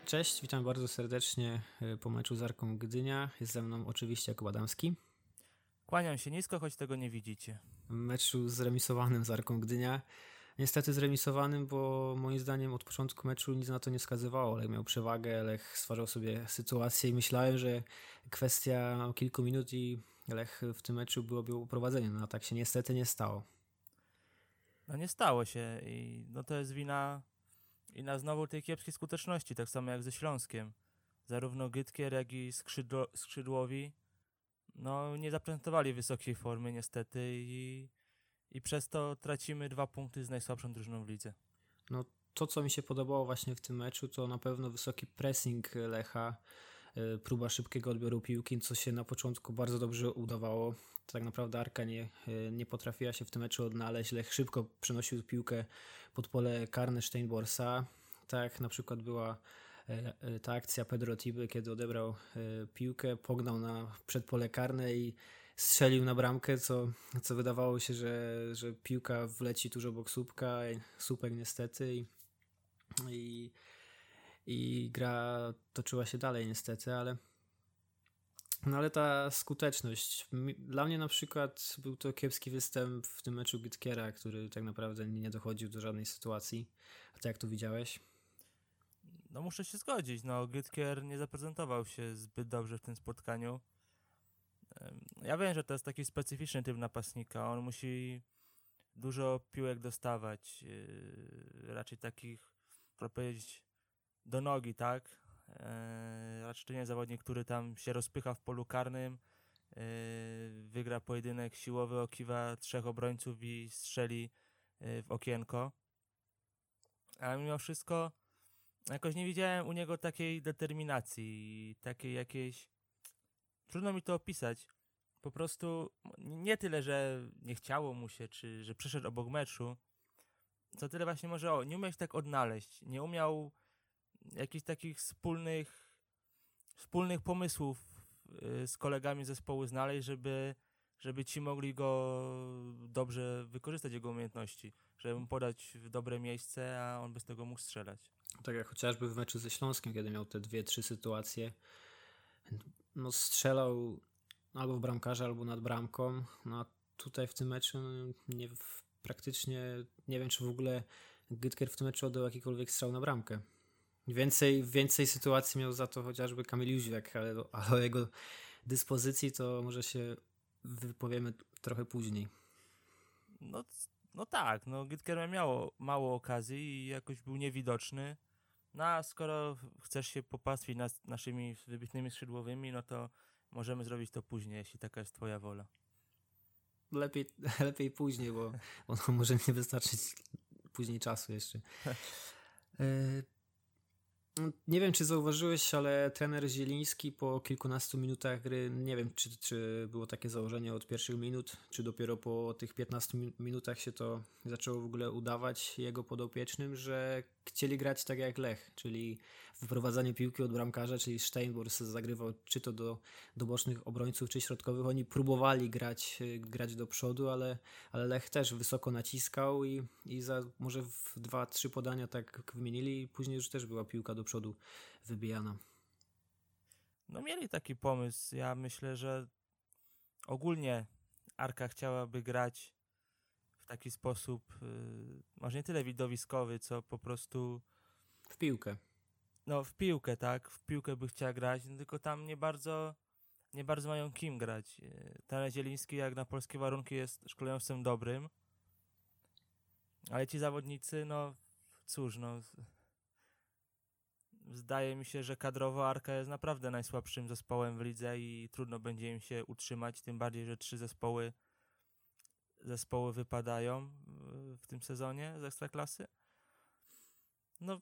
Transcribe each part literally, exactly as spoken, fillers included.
Cześć, witam bardzo serdecznie po meczu z Arką Gdynia. Jest ze mną oczywiście Jakub Adamski. Kłaniam się nisko, choć tego nie widzicie. Meczu zremisowanym z Arką Gdynia. Niestety zremisowanym, bo moim zdaniem od początku meczu nic na to nie wskazywało. Lech miał przewagę, Lech stwarzał sobie sytuację i myślałem, że kwestia kilku minut i Lech w tym meczu byłoby uprowadzenie. No a tak się niestety nie stało. No nie stało się i no to jest wina, wina znowu tej kiepskiej skuteczności, tak samo jak ze Śląskiem. Zarówno Gytkier, jak i skrzydło, skrzydłowi no nie zaprezentowali wysokiej formy niestety i, i przez to tracimy dwa punkty z najsłabszą drużyną w lidze. No to, co mi się podobało właśnie w tym meczu, to na pewno wysoki pressing Lecha, próba szybkiego odbioru piłki, co się na początku bardzo dobrze udawało. Tak naprawdę Arka nie, nie potrafiła się w tym meczu odnaleźć. Lech szybko przenosił piłkę pod pole karne Steinborsa. Tak na przykład była ta akcja Pedro Tiby, kiedy odebrał piłkę, pognał na przedpole karne i strzelił na bramkę, co, co wydawało się, że, że piłka wleci tuż obok słupka. Słupek niestety i, i i gra toczyła się dalej niestety, ale no ale ta skuteczność, dla mnie na przykład był to kiepski występ w tym meczu Gytkiera, który tak naprawdę nie dochodził do żadnej sytuacji. A ty jak to widziałeś? No muszę się zgodzić, no Gytkier nie zaprezentował się zbyt dobrze w tym spotkaniu. Ja wiem, że to jest taki specyficzny typ napastnika, on musi dużo piłek dostawać, yy, raczej takich, można powiedzieć, do nogi, tak? Eee, raczej to nie zawodnik, który tam się rozpycha w polu karnym, eee, wygra pojedynek siłowy, okiwa trzech obrońców i strzeli eee, w okienko. Ale mimo wszystko jakoś nie widziałem u niego takiej determinacji, takiej jakiejś... Trudno mi to opisać. Po prostu nie tyle, że nie chciało mu się, czy że przeszedł obok meczu, co tyle właśnie może o, nie umiał się tak odnaleźć, nie umiał jakichś takich wspólnych wspólnych pomysłów y, z kolegami zespołu znaleźć, żeby, żeby ci mogli go dobrze wykorzystać, jego umiejętności, żeby mu podać w dobre miejsce, a on bez tego mógł strzelać. Tak jak chociażby w meczu ze Śląskiem, kiedy miał te dwie, trzy sytuacje, no strzelał albo w bramkarza, albo nad bramką, no a tutaj w tym meczu nie, praktycznie nie wiem, czy w ogóle Gytkier w tym meczu oddał jakikolwiek strzał na bramkę. Więcej, więcej sytuacji miał za to chociażby Kamil Jóźwiak, ale, ale o jego dyspozycji to może się wypowiemy trochę później. No, no tak, no Gytkier miał mało okazji i jakoś był niewidoczny. No a skoro chcesz się popastwić nas, naszymi wybitnymi skrzydłowymi, no to możemy zrobić to później, jeśli taka jest twoja wola. Lepiej, lepiej później, bo ono może nie wystarczyć później czasu jeszcze. Nie wiem, czy zauważyłeś, ale trener Zieliński po kilkunastu minutach gry, nie wiem, czy, czy było takie założenie od pierwszych minut, czy dopiero po tych piętnastu minutach się to zaczęło w ogóle udawać jego podopiecznym, że chcieli grać tak jak Lech, czyli wyprowadzanie piłki od bramkarza, czyli Steinbors zagrywał czy to do, do bocznych obrońców, czy środkowych. Oni próbowali grać, grać do przodu, ale, ale Lech też wysoko naciskał i, i za może w dwa, trzy podania tak wymienili i później już też była piłka do przodu wybijana. No mieli taki pomysł. Ja myślę, że ogólnie Arka chciałaby grać w taki sposób, yy, może nie tyle widowiskowy, co po prostu... W piłkę. No w piłkę, tak? W piłkę by chciała grać, no, tylko tam nie bardzo, nie bardzo mają kim grać. Yy, Trener Zieliński jak na polskie warunki jest szkoleniowcem dobrym, ale ci zawodnicy, no cóż, no... Zdaje mi się, że kadrowo Arka jest naprawdę najsłabszym zespołem w lidze i trudno będzie im się utrzymać, tym bardziej, że trzy zespoły zespoły wypadają w tym sezonie z Ekstraklasy. No,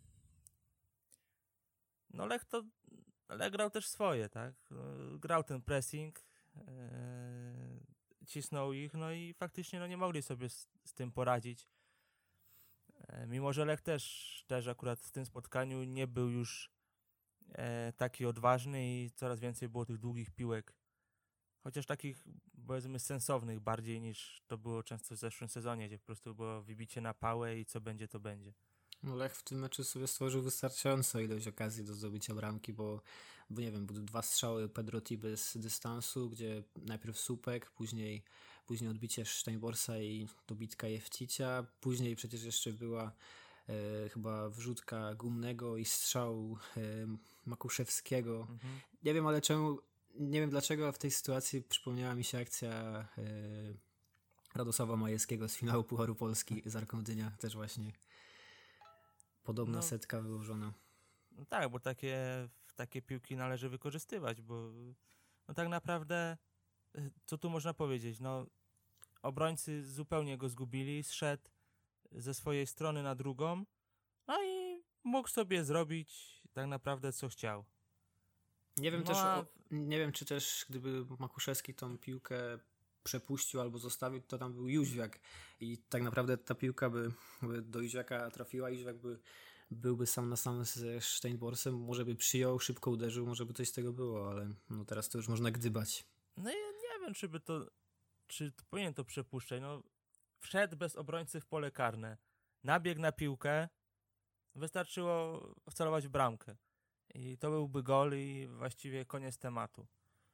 no Lech to Lech grał też swoje, tak? Grał ten pressing, yy, cisnął ich, no i faktycznie no, nie mogli sobie z, z tym poradzić. Mimo że Lech też, też akurat w tym spotkaniu nie był już e, taki odważny i coraz więcej było tych długich piłek. Chociaż takich, powiedzmy, sensownych bardziej niż to było często w zeszłym sezonie, gdzie po prostu było wybicie na pałę i co będzie, to będzie. No Lech w tym meczu sobie stworzył wystarczającą ilość okazji do zdobycia bramki, bo, bo nie wiem, były dwa strzały Pedro Tiby z dystansu, gdzie najpierw słupek, później, później odbicie Steinborsa i dobitka Jefcicia, później przecież jeszcze była e, chyba wrzutka Gumnego i strzał e, Makuszewskiego. Mhm. Nie wiem, ale czemu, nie wiem dlaczego, ale w tej sytuacji przypomniała mi się akcja e, Radosława Majewskiego z finału Pucharu Polski z Arką Gdynia, też właśnie podobna No, setka wyłożona. no tak, bo takie, takie piłki należy wykorzystywać, bo no tak naprawdę y, co tu można powiedzieć? No, obrońcy zupełnie go zgubili, zszedł ze swojej strony na drugą, no i mógł sobie zrobić tak naprawdę co chciał. Nie wiem No też, a- o, nie wiem czy też gdyby Makuszewski tą piłkę przepuścił albo zostawił, to tam był Jóźwiak i tak naprawdę ta piłka by, by do Jóźwiaka trafiła, Jóźwiak by byłby sam na sam ze Steinborsem, może by przyjął, szybko uderzył, może by coś z tego było, ale no teraz to już można gdybać. No ja nie wiem, czy by to, czy to powinien to przepuszczać. No, wszedł bez obrońcy w pole karne, nabiegł na piłkę, wystarczyło wcelować w bramkę. I to byłby gol i właściwie koniec tematu.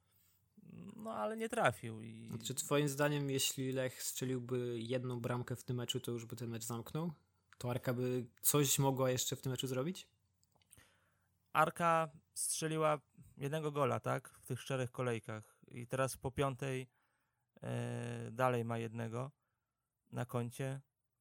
No ale nie trafił. I... Czy twoim zdaniem, jeśli Lech strzeliłby jedną bramkę w tym meczu, to już by ten mecz zamknął? To Arka by coś mogła jeszcze w tym meczu zrobić? Arka strzeliła jednego gola, tak? W tych czterech kolejkach. I teraz po piątej e, dalej ma jednego na koncie.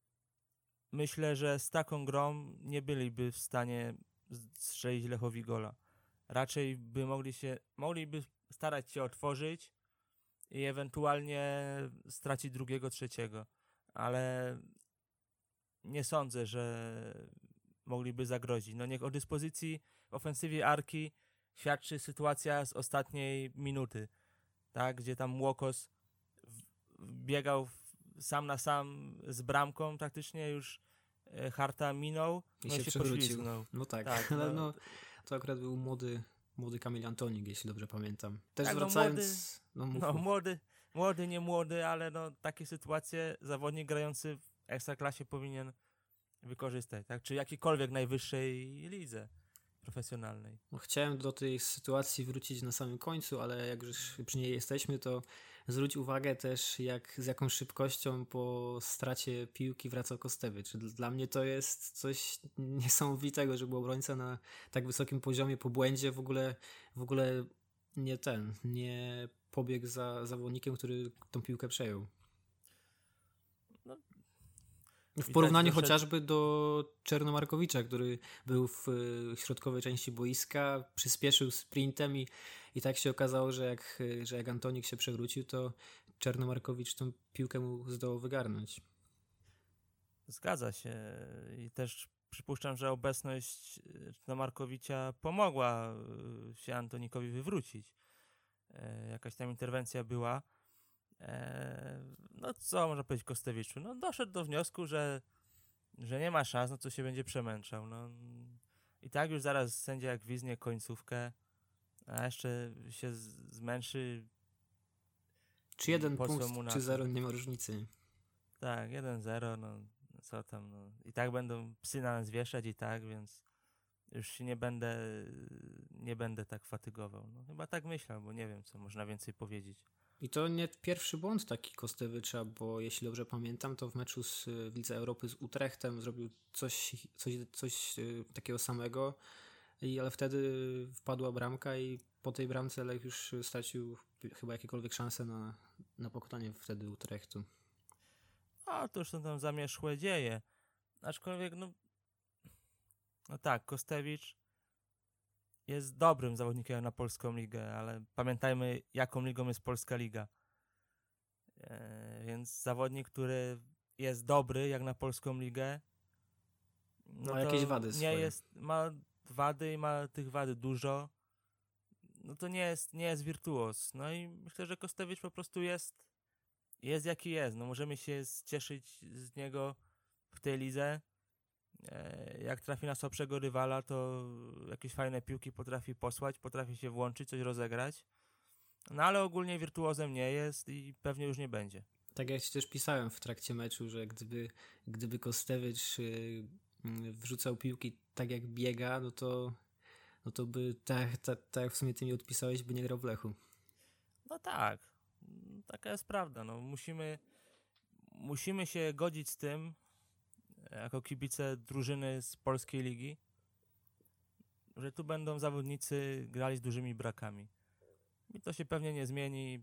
Myślę, że z taką grą nie byliby w stanie strzelić Lechowi gola. Raczej by mogli się, mogliby starać się otworzyć i ewentualnie stracić drugiego, trzeciego. Ale nie sądzę, że mogliby zagrozić. No niech o dyspozycji w ofensywie Arki świadczy sytuacja z ostatniej minuty, tak, gdzie tam Łokos biegał sam na sam z bramką, praktycznie już Harta minął, I no się i się przewrócił. poślizgnął. No tak, Tak, ale no- no, to akurat był młody, młody Kamil Antonik, jeśli dobrze pamiętam. Też Tak, no wracając... No, mów, No mów. młody, młody, nie młody, ale no takie sytuacje zawodnik grający w Ekstraklasie powinien wykorzystać, tak? Czy jakiejkolwiek najwyższej lidze profesjonalnej. No, chciałem do tej sytuacji wrócić na samym końcu, ale jak już przy niej jesteśmy, to zwróć uwagę też, jak z jaką szybkością po stracie piłki wracał Kostewicz. Dla mnie to jest coś niesamowitego, żeby obrońca na tak wysokim poziomie po błędzie w ogóle, w ogóle nie ten, nie pobiegł za zawodnikiem, który tą piłkę przejął. No, W i porównaniu tak doszedł- chociażby do Czernomarkowicza, który był w y, środkowej części boiska, przyspieszył sprintem i, i tak się okazało, że jak, y, że jak Antonik się przewrócił, to Czernomarkowicz tą piłkę mu zdołał wygarnąć. Zgadza się i też przypuszczam, że obecność Markowicza pomogła y, się Antonikowi wywrócić. E, jakaś tam interwencja była. E, no co można powiedzieć Kostewiczu? No doszedł do wniosku, że, że nie ma szans, no to się będzie przemęczał. No. I tak już zaraz sędzia gwizdnie końcówkę, a jeszcze się z- zmęczy. Czy jeden Po co punkt, mu na czy to? zero, nie ma różnicy. Tak, jeden zero, no co tam, no. I tak będą psy na nas wieszać i tak, więc już się nie będę, nie będę tak fatygował. No, chyba tak myślał, bo nie wiem, co można więcej powiedzieć. I to nie pierwszy błąd taki Kostewicza, bo jeśli dobrze pamiętam, to w meczu z, y, w Lidze Europy z Utrechtem zrobił coś, coś, coś y, takiego samego, i, ale wtedy wpadła bramka i po tej bramce Lech już stracił chyba jakiekolwiek szanse na, na pokonanie wtedy Utrechtu. A to już są tam zamierzchłe dzieje. Aczkolwiek, no, no tak, Kostewicz jest dobrym zawodnikiem na polską ligę, ale pamiętajmy, jaką ligą jest polska liga. E, więc zawodnik, który jest dobry jak na polską ligę, no Ma to jakieś wady nie swoje. jest, ma wady i ma tych wady dużo. No to nie jest, nie jest wirtuoz. No i myślę, że Kostewicz po prostu jest jest jaki jest. No możemy się cieszyć z niego w tej lidze. E, jak trafi na słabszego rywala, to jakieś fajne piłki potrafi posłać, potrafi się włączyć, coś rozegrać. No ale ogólnie wirtuozem nie jest i pewnie już nie będzie. Tak jak ci też pisałem w trakcie meczu, że gdyby, gdyby Kostewicz y, wrzucał piłki tak jak biega, no to, no to by, tak, tak, tak jak w sumie ty mi odpisałeś, by nie grał w Lechu. No tak, taka jest prawda. No, musimy, musimy się godzić z tym, jako kibice drużyny z polskiej ligi, że tu będą zawodnicy grali z dużymi brakami. I to się pewnie nie zmieni.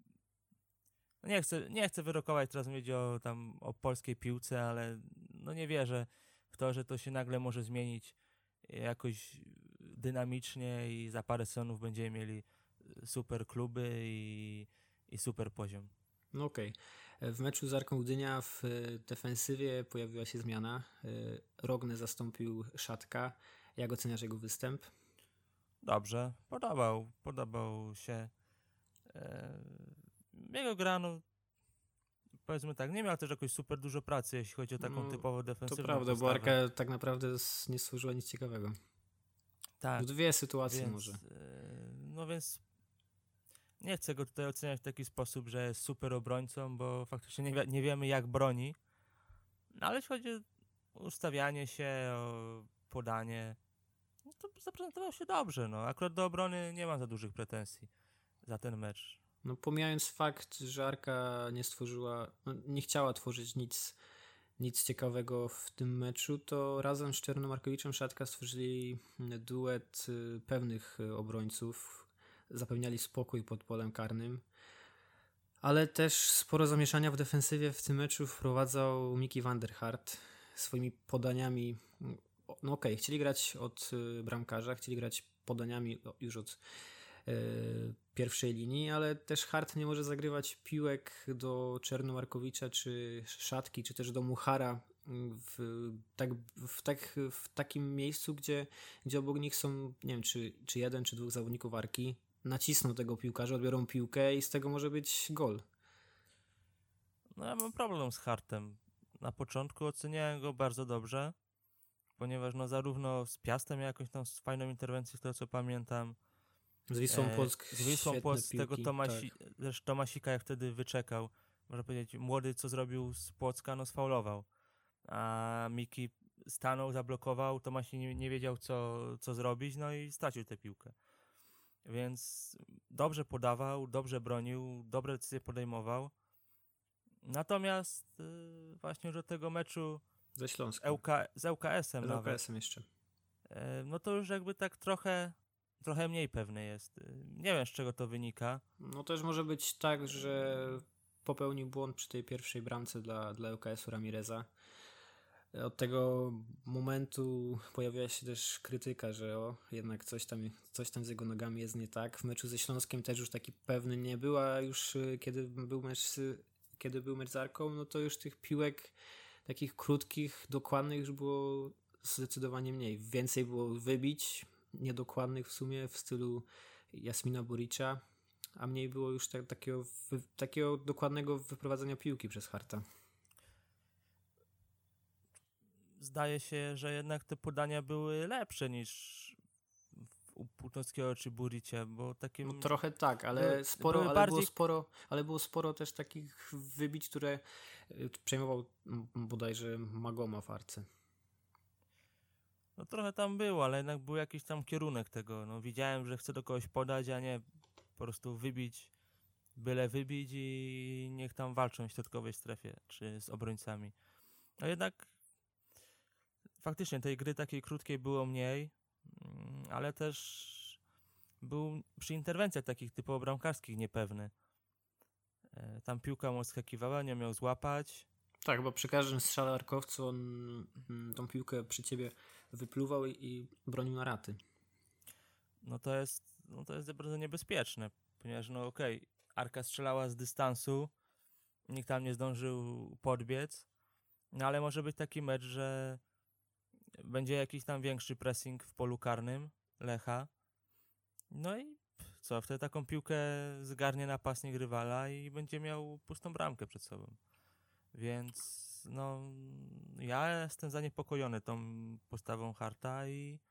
No nie chcę, nie chcę wyrokować teraz mówić o, tam, o polskiej piłce, ale no nie wierzę w to, że to się nagle może zmienić jakoś dynamicznie i za parę sezonów będziemy mieli super kluby i, i super poziom. No okej. Okay. W meczu z Arką Gdynia w defensywie pojawiła się zmiana. Rogne zastąpił Szatka. Jak oceniasz jego występ? Dobrze, podobał, podobał się. E, jego gra, no, powiedzmy tak, nie miał też jakoś super dużo pracy, jeśli chodzi o taką no, typowo defensywną To prawda, postawę. bo Arka tak naprawdę nie stworzyła nic ciekawego. Tak. Dwie sytuacje więc, może. E, no więc nie chcę go tutaj oceniać w taki sposób, że jest super obrońcą, bo faktycznie nie, wi- nie wiemy jak broni. No, ale jeśli chodzi o ustawianie się, o podanie, no to zaprezentował się dobrze. No. Akurat do obrony nie mam za dużych pretensji za ten mecz. No pomijając fakt, że Arka nie stworzyła, no, nie chciała tworzyć nic, nic ciekawego w tym meczu, to razem z Czernomarkowiczem Szatka stworzyli duet pewnych obrońców, zapewniali spokój pod polem karnym, ale też sporo zamieszania w defensywie w tym meczu wprowadzał Miki van der Hart swoimi podaniami. No okej, okay, chcieli grać od bramkarza, chcieli grać podaniami już od yy, pierwszej linii, ale też Hart nie może zagrywać piłek do Czernomarkowicza czy Szatki, czy też do Muchara w, tak, w, tak, w takim miejscu, gdzie, gdzie obok nich są, nie wiem, czy, czy jeden, czy dwóch zawodników Arki. Nacisną tego piłkarza, odbiorą piłkę i z tego może być gol. No ja mam problem z Hartem. Na początku oceniałem go bardzo dobrze, ponieważ no zarówno z Piastem jakąś tam fajną interwencję, z tego co pamiętam. Z Wisłą Płock. E, z Wisłą Płock, z tego Tomasi, tak. też Tomasika jak wtedy wyczekał. Można powiedzieć, młody co zrobił z Płocka, no sfaulował. A Miki stanął, zablokował, Tomasi nie, nie wiedział co, co zrobić, no i stracił tę piłkę. Więc dobrze podawał, dobrze bronił, dobre decyzje podejmował. Natomiast yy, właśnie już do tego meczu ze Śląskiem. ŁK, z ŁKS-em z nawet. ŁKS-em jeszcze. Yy, no to już jakby tak trochę, trochę mniej pewny jest. Yy, nie wiem z czego to wynika. No też może być tak, że popełnił błąd przy tej pierwszej bramce dla, dla ŁKS-u Ramireza. Od tego momentu pojawiła się też krytyka, że o, jednak coś tam, coś tam z jego nogami jest nie tak. W meczu ze Śląskiem też już taki pewny nie był, a już kiedy był mecz, kiedy był mecz z Arką, no to już tych piłek takich krótkich, dokładnych już było zdecydowanie mniej. Więcej było wybić, niedokładnych w sumie w stylu Jasmina Buricza, a mniej było już tak, takiego, wy, takiego dokładnego wyprowadzenia piłki przez Harta. Zdaje się, że jednak te podania były lepsze niż u Płótnowskiego czy Buricia, bo takim... No trochę tak, ale były, sporo, były ale bardziej... było sporo, ale było sporo też takich wybić, które przejmował bodajże Magoma w Arce. No trochę tam było, ale jednak był jakiś tam kierunek tego. No widziałem, że chce do kogoś podać, a nie po prostu wybić, byle wybić i niech tam walczą w środkowej strefie, czy z obrońcami. No jednak faktycznie tej gry takiej krótkiej było mniej, ale też był przy interwencjach takich typowo bramkarskich niepewny. Tam piłka mu skakiwała, nie miał złapać. Tak, bo przy każdym strzale Arkowcu on tą piłkę przy ciebie wypluwał i, i bronił na raty. No to jest, no to jest bardzo niebezpieczne, ponieważ no okej, okay, Arka strzelała z dystansu, nikt tam nie zdążył podbiec, no ale może być taki mecz, że będzie jakiś tam większy pressing w polu karnym Lecha, no i co, wtedy taką piłkę zgarnie napastnik rywala i będzie miał pustą bramkę przed sobą. Więc no ja jestem zaniepokojony tą postawą Harta i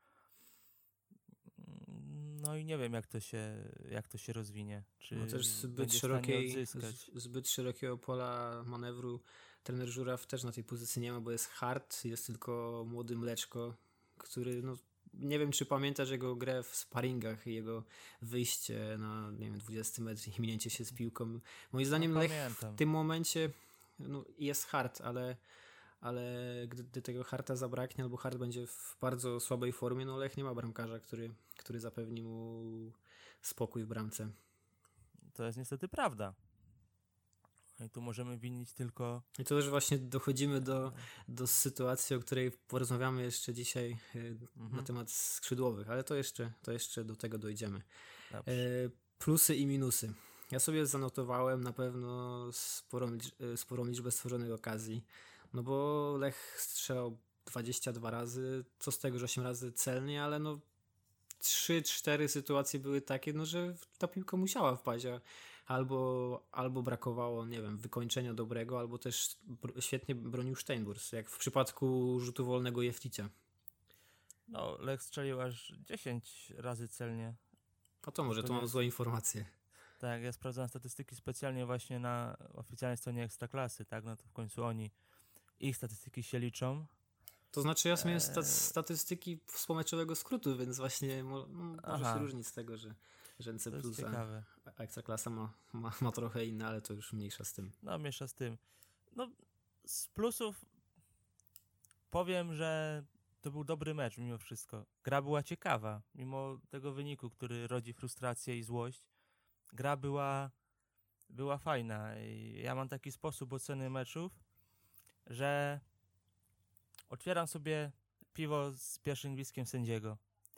no i nie wiem jak to się, jak to się rozwinie. Czy no też zbyt, będzie szerokiej, z, zbyt szerokiego pola manewru trener Żuraw też na tej pozycji nie ma, bo jest hard, jest tylko młody Mleczko, który no nie wiem, czy pamiętasz jego grę w sparingach i jego wyjście na, nie wiem, dwudziesty metr i minięcie się z piłką. Moim zdaniem No, Lech pamiętam. w tym momencie no, jest hard, ale, ale gdy, gdy tego harta zabraknie, albo hard będzie w bardzo słabej formie, no Lech nie ma bramkarza, który, który zapewni mu spokój w bramce. To jest niestety prawda. I tu możemy winić tylko... I to też właśnie dochodzimy do, do sytuacji, o której porozmawiamy jeszcze dzisiaj y, Mhm. na temat skrzydłowych, ale to jeszcze, to jeszcze do tego dojdziemy. Dobrze. E, plusy i minusy. Ja sobie zanotowałem na pewno sporą, licz- sporą liczbę stworzonych okazji, no bo Lech strzelał dwadzieścia dwa razy, co z tego, że osiem razy celnie, ale no trzy cztery sytuacje były takie, no że ta piłka musiała wpaść, a albo, albo brakowało, nie wiem, wykończenia dobrego, albo też br- świetnie bronił Steinburs, jak w przypadku rzutu wolnego Jefticia. No, Lech strzelił aż dziesięć razy celnie. A to może, To to mam jest- złe informacje. Tak, ja sprawdzałem statystyki specjalnie właśnie na oficjalnej stronie Ekstraklasy, tak, no to w końcu oni, ich statystyki się liczą. To znaczy ja miałem sta- Eee. statystyki wspomeczowego skrótu, więc właśnie mo- no, może Aha. się różnić z tego, że, że N C To jest plus, a ciekawe. a Ekstraklasa ma, ma, ma trochę inne, ale to już mniejsza z tym. No, miesza z tym. No, z plusów powiem, że to był dobry mecz mimo wszystko. Gra była ciekawa, mimo tego wyniku, który rodzi frustrację i złość. Gra była, była fajna. I ja mam taki sposób oceny meczów, że otwieram sobie piwo z pierwszym gwizdkiem sędziego.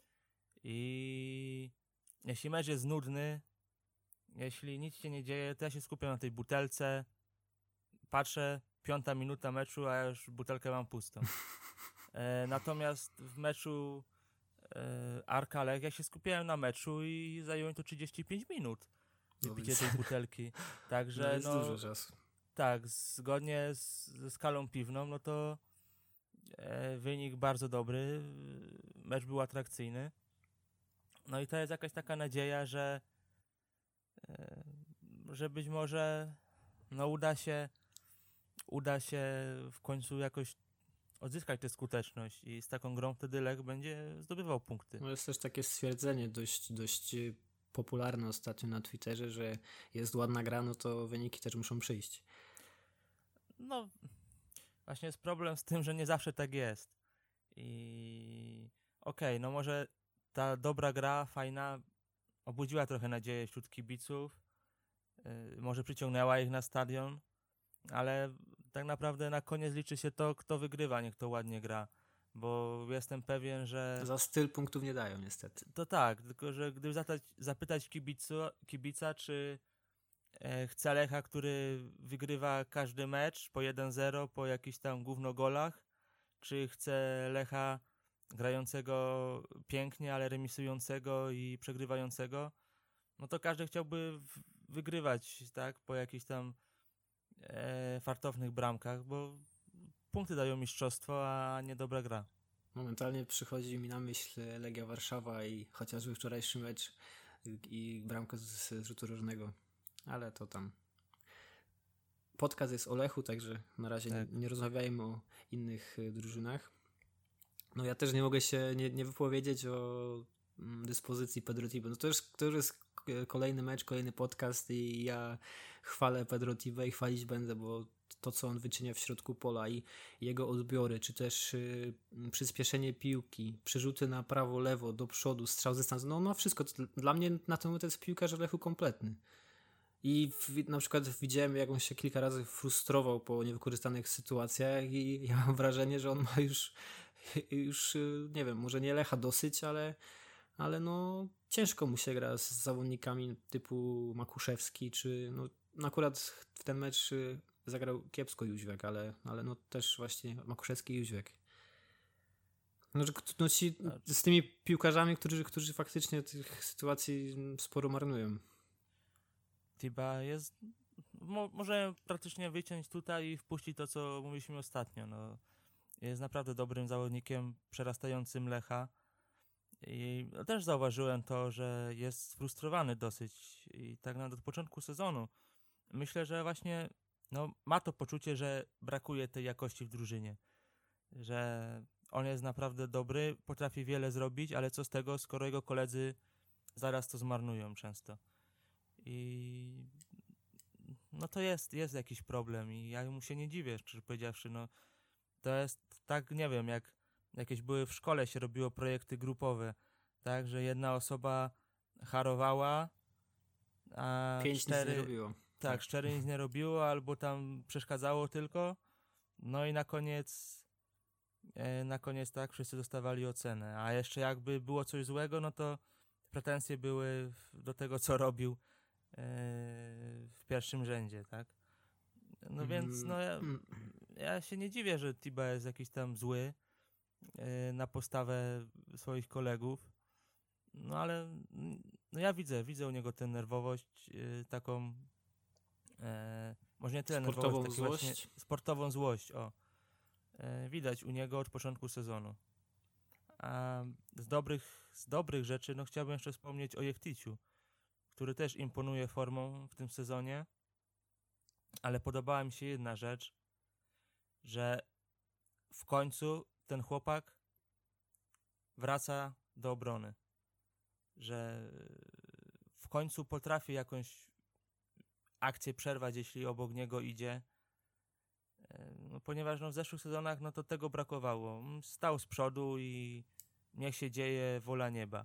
I jeśli mecz jest nudny, jeśli nic się nie dzieje, to ja się skupiam na tej butelce, patrzę, piąta minuta meczu, a ja już butelkę mam pustą. E, natomiast w meczu e, Arka Lech ja się skupiałem na meczu i zajęło mi to trzydzieści pięć minut No wypicie więc- tej butelki. No Także jest no, dużo czasu. tak, zgodnie z, ze skalą piwną, no to e, wynik bardzo dobry, mecz był atrakcyjny. No i to jest jakaś taka nadzieja, że e, że być może no uda się uda się w końcu jakoś odzyskać tę skuteczność i z taką grą wtedy Lech będzie zdobywał punkty. No jest też takie stwierdzenie dość, dość y, popularne ostatnio na Twitterze, że jest ładna gra, no to wyniki też muszą przyjść. No, właśnie jest problem z tym, że nie zawsze tak jest. I okej, no może ta dobra gra, fajna, obudziła trochę nadzieję wśród kibiców, yy, może przyciągnęła ich na stadion, ale tak naprawdę na koniec liczy się to, kto wygrywa, nie kto ładnie gra. Bo jestem pewien, że... Za styl punktów nie dają niestety. To tak, tylko że gdyby zapytać, zapytać kibicu, kibica, czy e, chce Lecha, który wygrywa każdy mecz po jeden zero, po jakichś tam gównogolach, czy chce Lecha grającego pięknie, ale remisującego i przegrywającego, no to każdy chciałby w- wygrywać, tak, po jakichś tam e, fartownych bramkach, bo punkty dają mistrzostwo, a nie dobra gra. Momentalnie przychodzi mi na myśl Legia Warszawa i chociażby wczorajszy mecz i bramka z, z rzutu rożnego. Ale to tam. Podcast jest o Lechu, także na razie Tak. nie, nie rozmawiajmy o innych y, drużynach. No ja też nie mogę się nie, nie wypowiedzieć o mm, dyspozycji Pedro Tibe. No to już, to już jest k- kolejny mecz, kolejny podcast i ja chwalę Pedro Tibe i chwalić będę, bo to, co on wyczynia w środku pola i jego odbiory, czy też y, przyspieszenie piłki, przerzuty na prawo, lewo, do przodu, strzał z dystansu, no on ma wszystko. To, dla mnie na ten moment to jest piłkarz Lechu kompletny. I w, na przykład widziałem, jak on się kilka razy frustrował po niewykorzystanych sytuacjach i ja mam wrażenie, że on ma już, już y, nie wiem, może nie Lecha dosyć, ale, ale no ciężko mu się gra z zawodnikami typu Makuszewski, czy no, no akurat w ten mecz y, zagrał kiepsko Jóźwiak, ale, ale no też właśnie Makuszewski i Jóźwiak. No, że no ci, z tymi piłkarzami, którzy, którzy faktycznie tych sytuacji sporo marnują. Tiba jest... Mo, może praktycznie wyciąć tutaj i wpuścić to, co mówiliśmy ostatnio. No, jest naprawdę dobrym zawodnikiem, przerastającym Lecha. I też zauważyłem to, że jest sfrustrowany dosyć i tak nawet od początku sezonu. Myślę, że właśnie no, ma to poczucie, że brakuje tej jakości w drużynie. Że on jest naprawdę dobry, potrafi wiele zrobić, ale co z tego, skoro jego koledzy zaraz to zmarnują często. I no to jest, jest jakiś problem i ja mu się nie dziwię, szczerze powiedziawszy. No, to jest tak, nie wiem, jak jakieś były w szkole, się robiło projekty grupowe, tak, że jedna osoba harowała, a Pięć cztery, nic nie robiło. tak, Tak. cztery nic nie robiło, albo tam przeszkadzało tylko, no i na koniec e, na koniec tak, wszyscy dostawali ocenę, a jeszcze jakby było coś złego, no to pretensje były w, do tego, co robił e, w pierwszym rzędzie, tak. No więc, no ja, Mm, ja się nie dziwię, że Tiba jest jakiś tam zły e, na postawę swoich kolegów, no ale mm, no ja widzę, widzę u niego tę nerwowość e, taką, e, może nie tyle Sportową nerwowość, taką właśnie złość. sportową złość, o. E, widać u niego od początku sezonu. A z dobrych, z dobrych rzeczy, no chciałbym jeszcze wspomnieć o Jefticiu, który też imponuje formą w tym sezonie, ale podobała mi się jedna rzecz, że w końcu ten chłopak wraca do obrony, że w końcu potrafi jakąś akcję przerwać, jeśli obok niego idzie, no, ponieważ no, w zeszłych sezonach no, to tego brakowało. Stał z przodu i niech się dzieje wola nieba.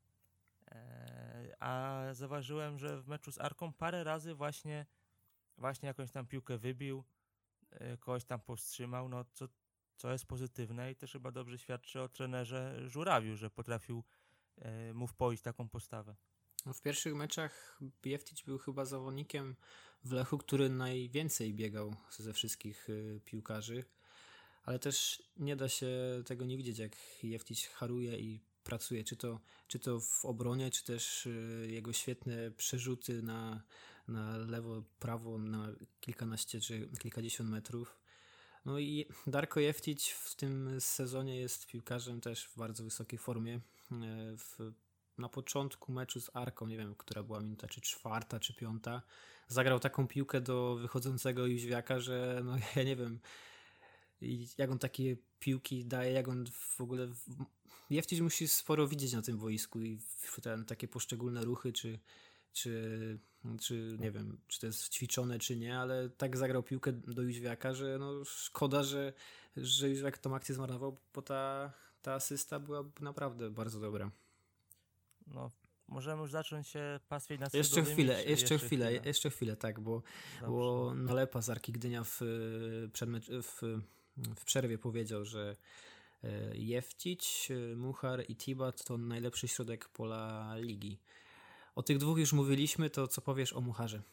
E, a zauważyłem, że w meczu z Arką parę razy właśnie właśnie jakąś tam piłkę wybił, e, kogoś tam powstrzymał, no co, co jest pozytywne i też chyba dobrze świadczy o trenerze Żurawiu, że potrafił e, mu wpoić taką postawę. No, w pierwszych meczach Jeftić był chyba zawodnikiem w Lechu, który najwięcej biegał ze wszystkich y, piłkarzy, ale też nie da się tego nie widzieć, jak Jeftić haruje i pracuje, czy to, czy to w obronie, czy też y, jego świetne przerzuty na, na lewo, prawo na kilkanaście czy kilkadziesiąt metrów. No i Darko Jeftić w tym sezonie jest piłkarzem też w bardzo wysokiej formie. Y, w na początku meczu z Arką, nie wiem, która była minuta, czy czwarta, czy piąta, zagrał taką piłkę do wychodzącego Jóźwiaka, że no ja nie wiem, jak on takie piłki daje, jak on w ogóle... Jeftić musi sporo widzieć na tym boisku i ten, takie poszczególne ruchy, czy, czy, czy nie wiem, czy to jest ćwiczone, czy nie, ale tak zagrał piłkę do Jóźwiaka, że no szkoda, że, że Jóźwiak tą akcję zmarnował, bo ta, ta asysta była naprawdę bardzo dobra. No, możemy już zacząć się pastwić nad Jeszcze skrzydłowymi, chwilę, czy jeszcze chwilę, chwila? jeszcze chwilę, tak, bo, Dobrze. bo Nalepa z Arki Gdynia w, przedmecz- w, w przerwie powiedział, że Jeftić, Muchar i Tibat to najlepszy środek pola ligi. O tych dwóch już mówiliśmy, to co powiesz o Mucharze?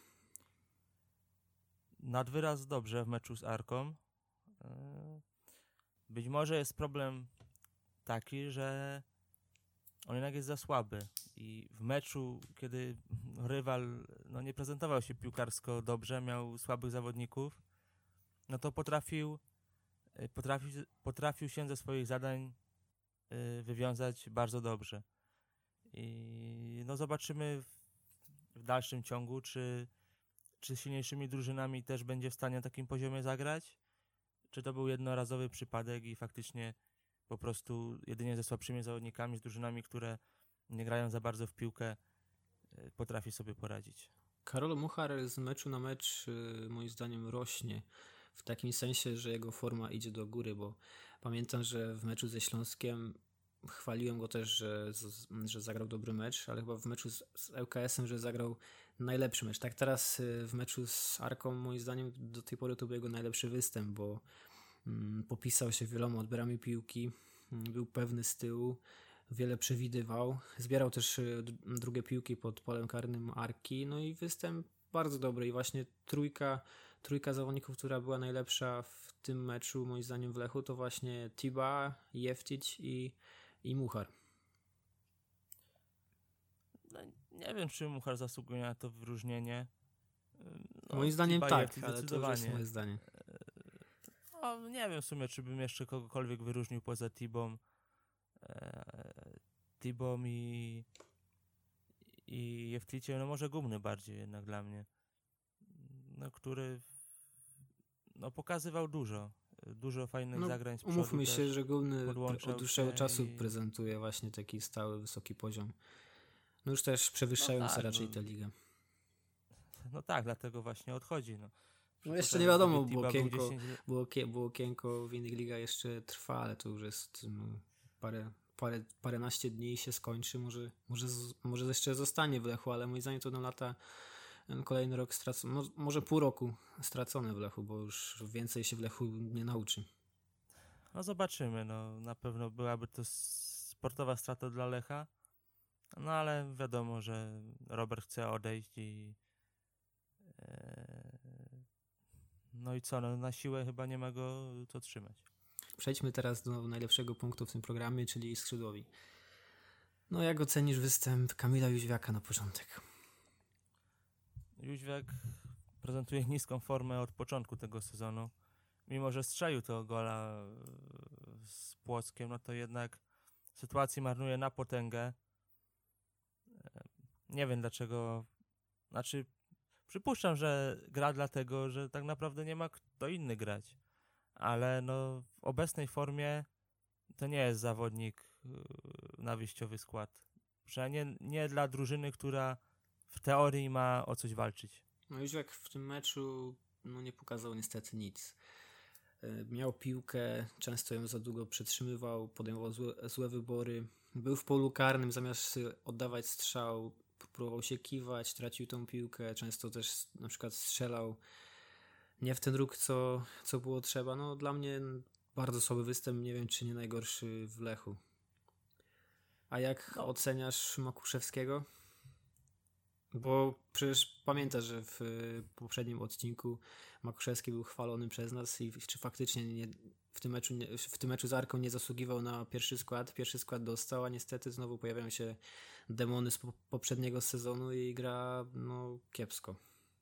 Nad wyraz dobrze w meczu z Arką. Być może jest problem taki, że on jednak jest za słaby i w meczu, kiedy rywal no, nie prezentował się piłkarsko dobrze, miał słabych zawodników, no to potrafił potrafił, potrafił się ze swoich zadań wywiązać bardzo dobrze. I no zobaczymy w, w dalszym ciągu, czy, czy z silniejszymi drużynami też będzie w stanie na takim poziomie zagrać, czy to był jednorazowy przypadek i faktycznie po prostu jedynie ze słabszymi zawodnikami, z drużynami, które nie grają za bardzo w piłkę, potrafi sobie poradzić. Karol Muchar z meczu na mecz moim zdaniem rośnie. W takim sensie, że jego forma idzie do góry, bo pamiętam, że w meczu ze Śląskiem chwaliłem go też, że, że zagrał dobry mecz, ale chyba w meczu z, z L K S em, że zagrał najlepszy mecz. Tak teraz w meczu z Arką moim zdaniem do tej pory to był jego najlepszy występ, bo mm, popisał się wieloma odbiorami piłki, był pewny z tyłu, wiele przewidywał, zbierał też drugie piłki pod polem karnym Arki, no i występ bardzo dobry i właśnie trójka Trójka zawodników, która była najlepsza w tym meczu, moim zdaniem w Lechu, to właśnie Tiba, Jeftić i, i Muchar. No, nie wiem, czy Muchar zasługuje na to wyróżnienie. No, moim zdaniem Tiba tak, Jeftić ale to już jest moje zdanie. No, nie wiem w sumie, czy bym jeszcze kogokolwiek wyróżnił poza Tibą. E, Tibą i, i Jefticiem, no może Gumny bardziej jednak dla mnie. No, który no pokazywał dużo. Dużo fajnych No, zagrań z przodu umówmy się, też. że Górny podłączał od dłuższego się czasu i- prezentuje właśnie taki stały, wysoki poziom. No już też No przewyższający tak, raczej no, tę ligę. no tak, dlatego właśnie odchodzi. No. No jeszcze Potem nie wiadomo, gdyby bo Tiba był okienko, dziesięć lat- bo, okie, bo okienko w innych ligach jeszcze trwa, ale to już jest no, parę, parę, paręnaście dni i się skończy. Może, może, z- może jeszcze zostanie w Lechu, ale moim zdaniem to będą lata, ten kolejny rok stracony, no, może pół roku stracone w Lechu, bo już więcej się w Lechu nie nauczy. No zobaczymy, no na pewno byłaby to sportowa strata dla Lecha, no ale wiadomo, że Robert chce odejść i e, no i co, no na siłę chyba nie ma go co trzymać. Przejdźmy teraz do najlepszego punktu w tym programie, czyli skrzydłowi. No jak ocenisz występ Kamila Jóźwiaka na początek? Jóźwiak prezentuje niską formę od początku tego sezonu. Mimo że strzelił tego gola e, z Płockiem, no to jednak sytuację marnuje na potęgę. E, Nie wiem dlaczego, znaczy przypuszczam, że gra dlatego, że tak naprawdę nie ma kto inny grać. Ale no w obecnej formie to nie jest zawodnik e, na wyjściowy skład. Przynajmniej nie, nie dla drużyny, która w teorii ma o coś walczyć. No Jóźwiak w tym meczu no, nie pokazał niestety nic. E, Miał piłkę, często ją za długo przetrzymywał, podejmował złe, złe wybory. Był w polu karnym, zamiast y, oddawać strzał, próbował się kiwać, tracił tą piłkę, często też na przykład strzelał nie w ten róg, co, co było trzeba. No dla mnie bardzo słaby występ, nie wiem czy nie najgorszy w Lechu. A jak No. oceniasz Makuszewskiego? Bo przecież pamiętasz, że w y, poprzednim odcinku Makuszewski był chwalony przez nas i czy faktycznie nie, w, tym meczu, nie, w tym meczu z Arką nie zasługiwał na pierwszy skład. Pierwszy skład dostał, a niestety znowu pojawiają się demony z po, poprzedniego sezonu i gra no, kiepsko.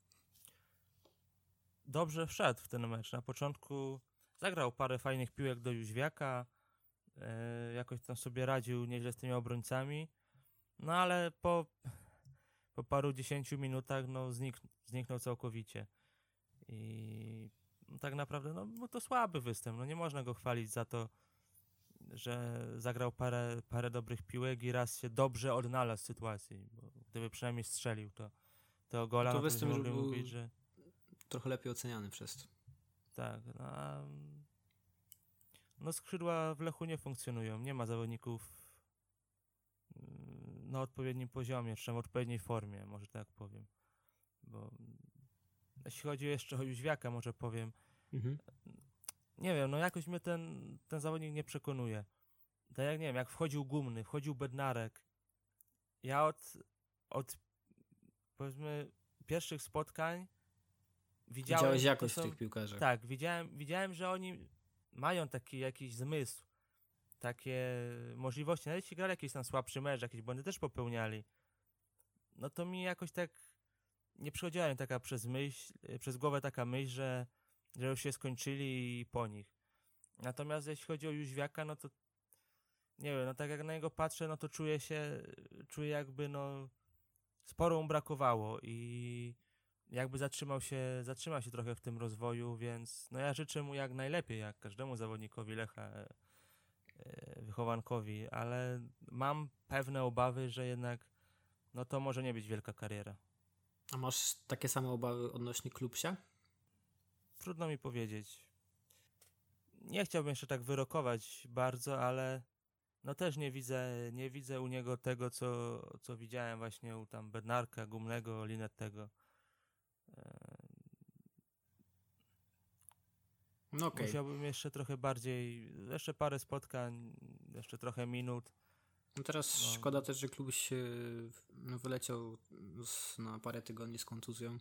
Dobrze wszedł w ten mecz. Na początku zagrał parę fajnych piłek do Jóźwiaka, e, jakoś tam sobie radził nieźle z tymi obrońcami, no ale po, po paru dziesięciu minutach no, znik, zniknął całkowicie. I no, tak naprawdę no, no to słaby występ. No, nie można go chwalić za to, że zagrał parę, parę dobrych piłek i raz się dobrze odnalazł w sytuacji. Bo gdyby przynajmniej strzelił, to, to gola, To no to byśmy występ już mogli był mówić, że trochę lepiej oceniany przez to. tak, no, a, no skrzydła w Lechu nie funkcjonują, nie ma zawodników mm, na odpowiednim poziomie, czy w odpowiedniej formie, może tak powiem. Bo jeśli chodzi jeszcze o Jóźwiaka, może powiem, Mhm. nie wiem, no jakoś mnie ten, ten zawodnik nie przekonuje. Tak jak, nie wiem, jak wchodził Gumny, wchodził Bednarek, ja od, od powiedzmy pierwszych spotkań widziałem, Widziałeś że to jakość są- w tych piłkarzach. Tak, widziałem, widziałem, że oni mają taki jakiś zmysł, takie możliwości. Nawet jeśli grali jakiś tam słabszy mecz, jakieś błędy też popełniali, no to mi jakoś tak nie przychodziła mi taka przez myśl, przez głowę taka myśl, że, że już się skończyli i po nich. Natomiast jeśli chodzi o Jóźwiaka, no to nie wiem, no tak jak na niego patrzę, no to czuję się, czuję jakby no sporo mu brakowało i jakby zatrzymał się, zatrzymał się trochę w tym rozwoju, więc no ja życzę mu jak najlepiej, jak każdemu zawodnikowi Lecha, e, e, wychowankowi, ale mam pewne obawy, że jednak no to może nie być wielka kariera. A masz takie same obawy odnośnie Klubsia? Trudno mi powiedzieć. Nie chciałbym jeszcze tak wyrokować bardzo, ale no też nie widzę, nie widzę u niego tego, co, co widziałem właśnie u tam Bednarka, Gumnego, Linettego. E, No okej. Musiałbym jeszcze trochę bardziej, jeszcze parę spotkań, jeszcze trochę minut. No teraz No. szkoda też, że klub się no, wyleciał z, na parę tygodni z kontuzją.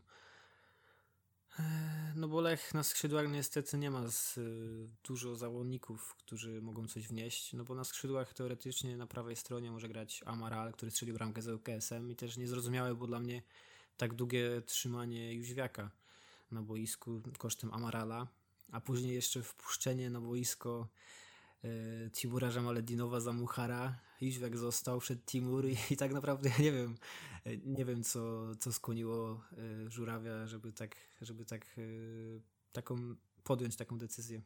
Eee, No bo Lech na skrzydłach niestety nie ma z, y, dużo zawodników, którzy mogą coś wnieść. No bo na skrzydłach teoretycznie na prawej stronie może grać Amaral, który strzelił bramkę z L K S-em i też niezrozumiałe było dla mnie tak długie trzymanie Jóźwiaka na boisku kosztem Amarala, a później jeszcze wpuszczenie na boisko e, Timura Żamaledinowa za Muchara. Jóźwiak został, wszedł Timur i, i tak naprawdę ja nie wiem, e, nie wiem co, co skłoniło e, Żurawia, żeby tak, żeby tak e, taką podjąć taką decyzję.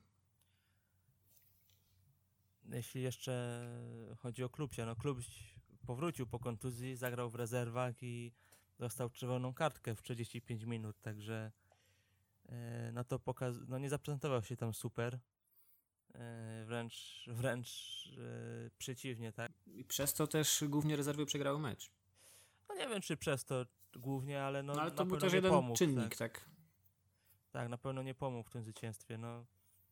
Jeśli jeszcze chodzi o Klubsia, no Klubś powrócił po kontuzji, zagrał w rezerwach i dostał czerwoną kartkę w trzydzieści pięć minut, także e, no to pokaz- no nie zaprezentował się tam super, e, wręcz, wręcz e, przeciwnie, tak? I przez to też głównie rezerwy przegrały mecz. No nie wiem, czy przez to głównie, ale no, No ale na to był pewno też nie jeden pomógł, czynnik, tak. tak. Tak, na pewno nie pomógł w tym zwycięstwie, no.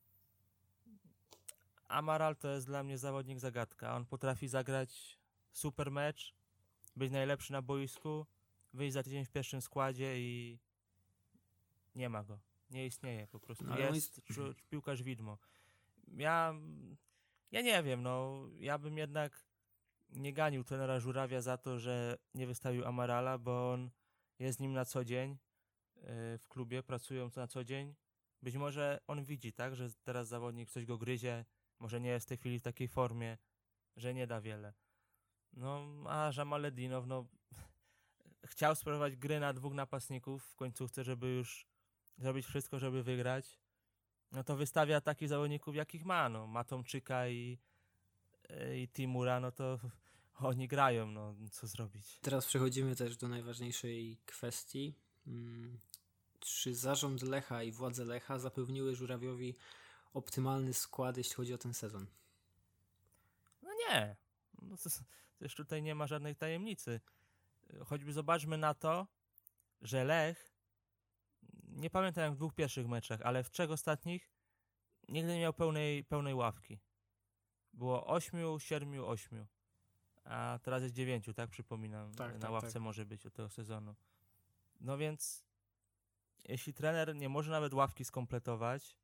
Amaral to jest dla mnie zawodnik zagadka. On potrafi zagrać super mecz, być najlepszy na boisku, wyjść za tydzień w pierwszym składzie i nie ma go. Nie istnieje po prostu. No, ale on jest czu- piłkarz widmo. Ja, ja nie wiem, no ja bym jednak nie ganił trenera Żurawia za to, że nie wystawił Amarala, bo on jest z nim na co dzień yy, w klubie, pracują na co dzień. Być może on widzi, tak, że teraz zawodnik coś go gryzie, może nie jest w tej chwili w takiej formie, że nie da wiele. No, a Żamaledinow, no chciał spróbować gry na dwóch napastników w końcówce, żeby już zrobić wszystko, żeby wygrać. No to wystawia takich zawodników, jakich ma, no. Ma Tomczyka i, i Timura, no to oni grają, no co zrobić. Teraz przechodzimy też do najważniejszej kwestii. Hmm. Czy zarząd Lecha i władze Lecha zapewniły Żurawiowi optymalny skład, jeśli chodzi o ten sezon? No nie. No to, też tutaj nie ma żadnej tajemnicy. Choćby zobaczmy na to, że Lech, nie pamiętam jak w dwóch pierwszych meczach, ale w trzech ostatnich nigdy nie miał pełnej, pełnej ławki. Było ośmiu, siedmiu, ośmiu. A teraz jest dziewięciu, tak? Przypominam. Tak, na tak, ławce tak. może być od tego sezonu. No więc jeśli trener nie może nawet ławki skompletować,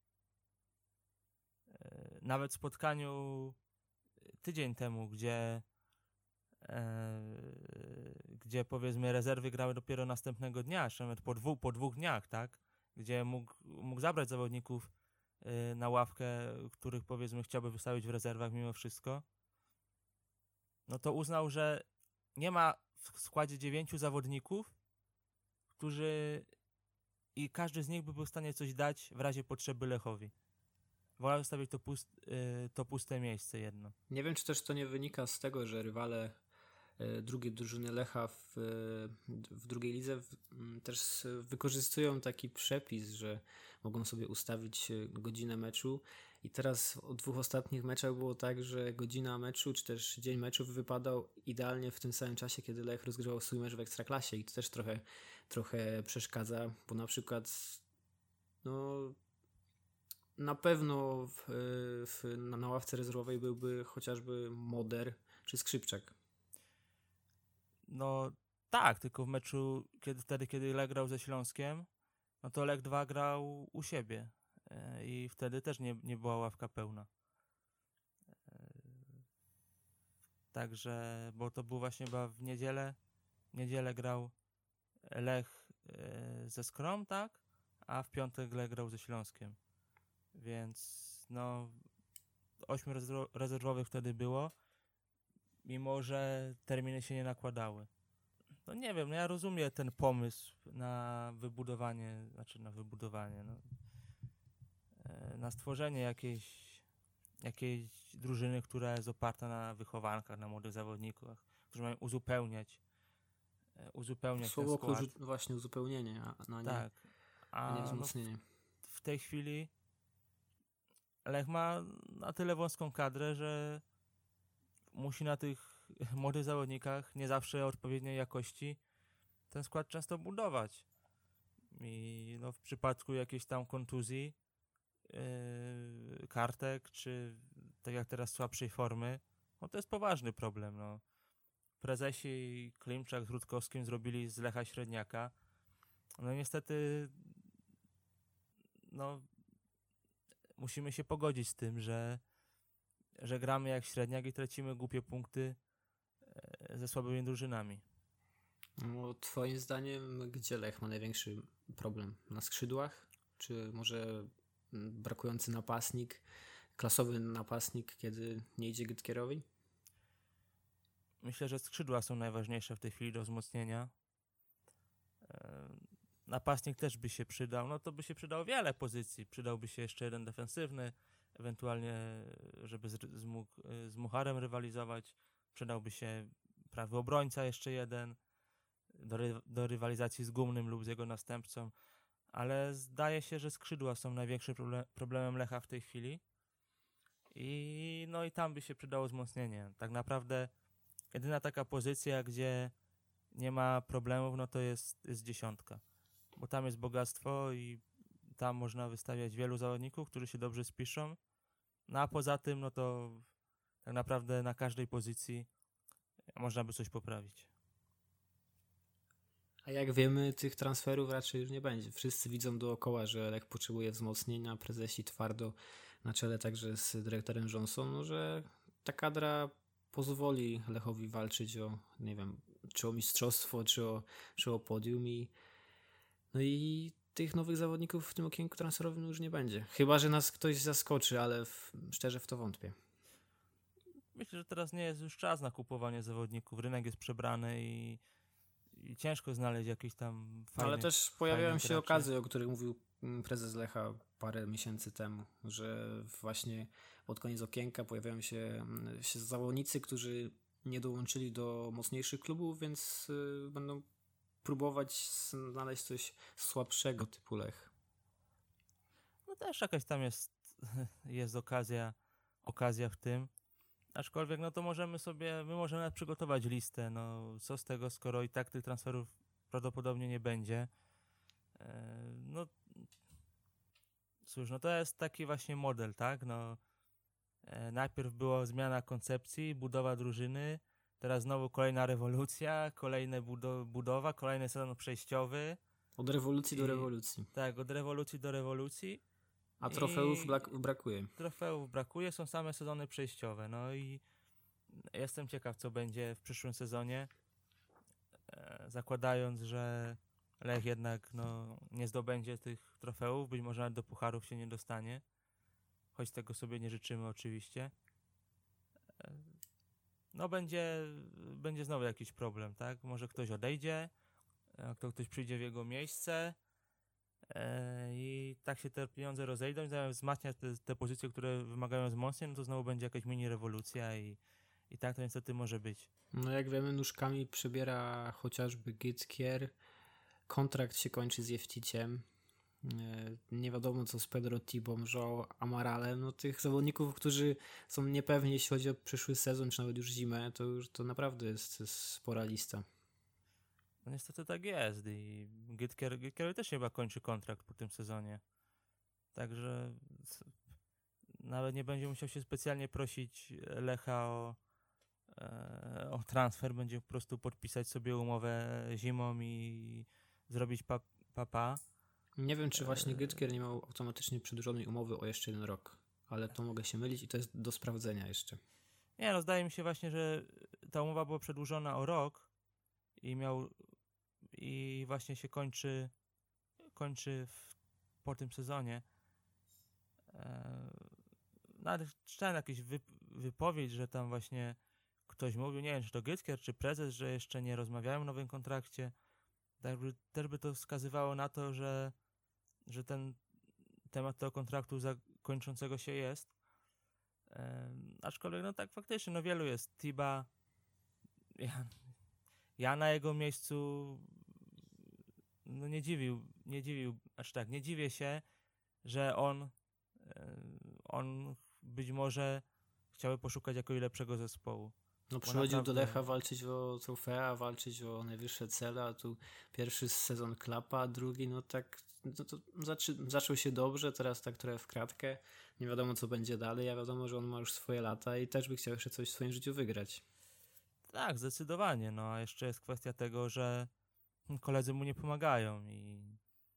e, nawet w spotkaniu tydzień temu, gdzie e, gdzie powiedzmy rezerwy grały dopiero następnego dnia, czy nawet po dwóch, po dwóch dniach, tak? Gdzie mógł, mógł zabrać zawodników e, na ławkę, których powiedzmy chciałby wystawić w rezerwach mimo wszystko, no to uznał, że nie ma w składzie dziewięciu zawodników, którzy i każdy z nich by był w stanie coś dać w razie potrzeby Lechowi. Wolał zostawić to, pust, yy, to puste miejsce jedno. Nie wiem, czy też to nie wynika z tego, że rywale y, drugiej drużyny Lecha w, y, w drugiej lidze w, y, też wykorzystują taki przepis, że mogą sobie ustawić godzinę meczu i teraz w dwóch ostatnich meczach było tak, że godzina meczu, czy też dzień meczu wypadał idealnie w tym samym czasie, kiedy Lech rozgrywał swój mecz w Ekstraklasie i to też trochę, trochę przeszkadza, bo na przykład no na pewno w, w, na, na ławce rezerwowej byłby chociażby Moder czy Skrzypczak. No tak, tylko w meczu, kiedy, wtedy kiedy Lech grał ze Śląskiem, no to Lech dwa grał u siebie yy, i wtedy też nie, nie była ławka pełna. Yy, także, bo to był właśnie chyba w niedzielę, w niedzielę grał Lech yy, ze Skrom, tak? A w piątek Lech grał ze Śląskiem. Więc no ośmiu rezerw- rezerwowych wtedy było, mimo że terminy się nie nakładały. No nie wiem, no ja rozumiem ten pomysł na wybudowanie, znaczy na wybudowanie, no, e, na stworzenie jakiejś, jakiejś drużyny, która jest oparta na wychowankach, na młodych zawodnikach, którzy mają uzupełniać, e, uzupełniać Słowo ten skład. klucz właśnie uzupełnienie, a, a, nie, Tak. a A nie no, wzmocnienie. w tej chwili Lech ma na tyle wąską kadrę, że musi na tych młodych zawodnikach, nie zawsze odpowiedniej jakości, ten skład często budować. I no, w przypadku jakiejś tam kontuzji, yy, kartek, czy tak jak teraz słabszej formy, no to jest poważny problem. No. Prezesi Klimczak z Rutkowskim zrobili z Lecha średniaka. No niestety no musimy się pogodzić z tym, że, że gramy jak średniak i tracimy głupie punkty e, ze słabymi drużynami. No, twoim zdaniem, gdzie Lech ma największy problem? Na skrzydłach? Czy może brakujący napastnik, klasowy napastnik, kiedy nie idzie Gytkierowi? Myślę, że skrzydła są najważniejsze w tej chwili do wzmocnienia. E, napastnik też by się przydał, no to by się przydało wiele pozycji. Przydałby się jeszcze jeden defensywny, ewentualnie żeby z, z, Mu- z Mucharem rywalizować. Przydałby się prawy obrońca jeszcze jeden do, ry, do rywalizacji z Gumnym lub z jego następcą. Ale zdaje się, że skrzydła są największym problem, problemem Lecha w tej chwili. I no i tam by się przydało wzmocnienie. Tak naprawdę jedyna taka pozycja, gdzie nie ma problemów, no to jest, jest dziesiątka. Bo tam jest bogactwo i tam można wystawiać wielu zawodników, którzy się dobrze spiszą. No a poza tym, no to tak naprawdę na każdej pozycji można by coś poprawić. A jak wiemy, tych transferów raczej już nie będzie. Wszyscy widzą dookoła, że Lech potrzebuje wzmocnienia, prezesi twardo na czele także z dyrektorem Johnson, no, że ta kadra pozwoli Lechowi walczyć o, nie wiem, czy o mistrzostwo, czy o, czy o podium i no i tych nowych zawodników w tym okienku transferowym już nie będzie. Chyba że nas ktoś zaskoczy, ale w, szczerze w to wątpię. Myślę, że teraz nie jest już czas na kupowanie zawodników. Rynek jest przebrany i, i ciężko znaleźć jakiś tam fajny. Ale też pojawiają się graczy. okazje, o których mówił prezes Lecha parę miesięcy temu, że właśnie pod koniec okienka pojawiają się, się zawodnicy, którzy nie dołączyli do mocniejszych klubów, więc y, będą próbować znaleźć coś słabszego typu Lech. No też jakaś tam jest, jest okazja, okazja w tym. Aczkolwiek no to możemy sobie, my możemy nawet przygotować listę. No co z tego, skoro i tak tych transferów prawdopodobnie nie będzie. E, no cóż, no to jest taki właśnie model, tak? No e, najpierw była zmiana koncepcji, budowa drużyny. Teraz znowu kolejna rewolucja, kolejna budo- budowa, kolejny sezon przejściowy. Od rewolucji I, do rewolucji. Tak, od rewolucji do rewolucji. A trofeów I brak- brakuje. Trofeów brakuje, są same sezony przejściowe. No i jestem ciekaw, co będzie w przyszłym sezonie. E, zakładając, że Lech jednak no, nie zdobędzie tych trofeów, być może nawet do pucharów się nie dostanie. Choć tego sobie nie życzymy oczywiście. E, no będzie, będzie znowu jakiś problem, tak? Może ktoś odejdzie, a kto ktoś przyjdzie w jego miejsce e, i tak się te pieniądze rozejdą i zamiast wzmacniać te, te pozycje, które wymagają wzmocnień, no to znowu będzie jakaś mini rewolucja i, i tak to niestety może być. No jak wiemy, nóżkami przebiera chociażby Gytkier. Kontrakt się kończy z Jefticiem. Nie wiadomo co z Pedro Tibą, João Amaralem. No tych zawodników, którzy są niepewni, jeśli chodzi o przyszły sezon, czy nawet już zimę, to już to naprawdę jest, jest spora lista. No niestety tak jest i Gytkier, Gytkier też chyba kończy kontrakt po tym sezonie. Także nawet nie będzie musiał się specjalnie prosić Lecha o, e, o transfer, będzie po prostu podpisać sobie umowę zimą i zrobić papa. Pa, pa. Nie wiem, czy właśnie Gytkier nie miał automatycznie przedłużonej umowy o jeszcze jeden rok, ale to mogę się mylić i to jest do sprawdzenia jeszcze. Nie, no zdaje mi się właśnie, że ta umowa była przedłużona o rok i miał i właśnie się kończy kończy w, po tym sezonie. E, nawet czytałem jakąś wy, wypowiedź, że tam właśnie ktoś mówił, nie wiem, czy to Gytkier, czy prezes, że jeszcze nie rozmawiają o nowym kontrakcie. Tak by, też by to wskazywało na to, że, że ten temat tego kontraktu zakończącego się jest. E, aczkolwiek, no tak faktycznie, no wielu jest. Tiba, ja, ja na jego miejscu no nie dziwił, nie dziwił, aż tak, nie dziwię się, że on on być może chciałby poszukać jakiegoś lepszego zespołu. No przychodził naprawdę... do Lecha walczyć o trofea, walczyć o najwyższe cele, a tu pierwszy sezon klapa, a drugi no tak no to zaczy, zaczął się dobrze, teraz tak trochę w kratkę, nie wiadomo co będzie dalej, a wiadomo, że on ma już swoje lata i też by chciał jeszcze coś w swoim życiu wygrać. Tak, zdecydowanie, no a jeszcze jest kwestia tego, że koledzy mu nie pomagają i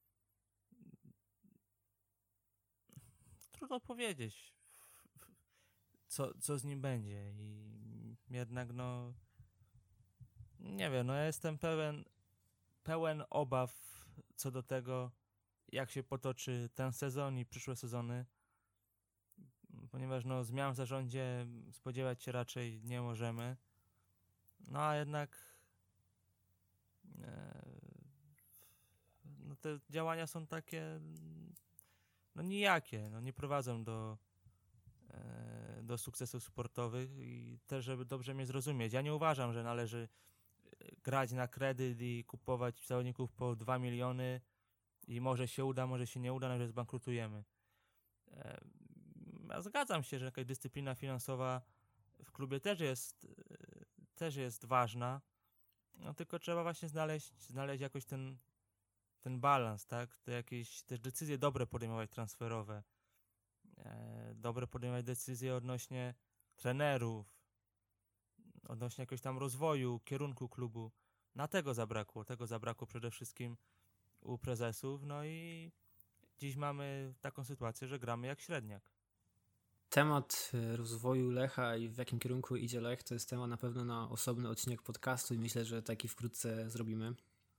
trudno powiedzieć, co, co z nim będzie i jednak no nie wiem, no ja jestem pełen pełen obaw co do tego, jak się potoczy ten sezon i przyszłe sezony, ponieważ no zmian w zarządzie spodziewać się raczej nie możemy, no a jednak e, no, te działania są takie no nijakie, no nie prowadzą do, e, do sukcesów sportowych i też, żeby dobrze mnie zrozumieć, ja nie uważam, że należy grać na kredyt i kupować zawodników po dwa miliony i może się uda, może się nie uda, nawet zbankrutujemy. E, ja zgadzam się, że jakaś dyscyplina finansowa w klubie też jest, też jest ważna, no tylko trzeba właśnie znaleźć, znaleźć jakoś ten, ten balans, tak? Te jakieś też decyzje dobre podejmować transferowe, e, dobre podejmować decyzje odnośnie trenerów, odnośnie jakiegoś tam rozwoju, kierunku klubu. Na tego zabrakło, tego zabrakło przede wszystkim u prezesów, no i dziś mamy taką sytuację, że gramy jak średniak. Temat rozwoju Lecha i w jakim kierunku idzie Lech to jest temat na pewno na osobny odcinek podcastu i myślę, że taki wkrótce zrobimy.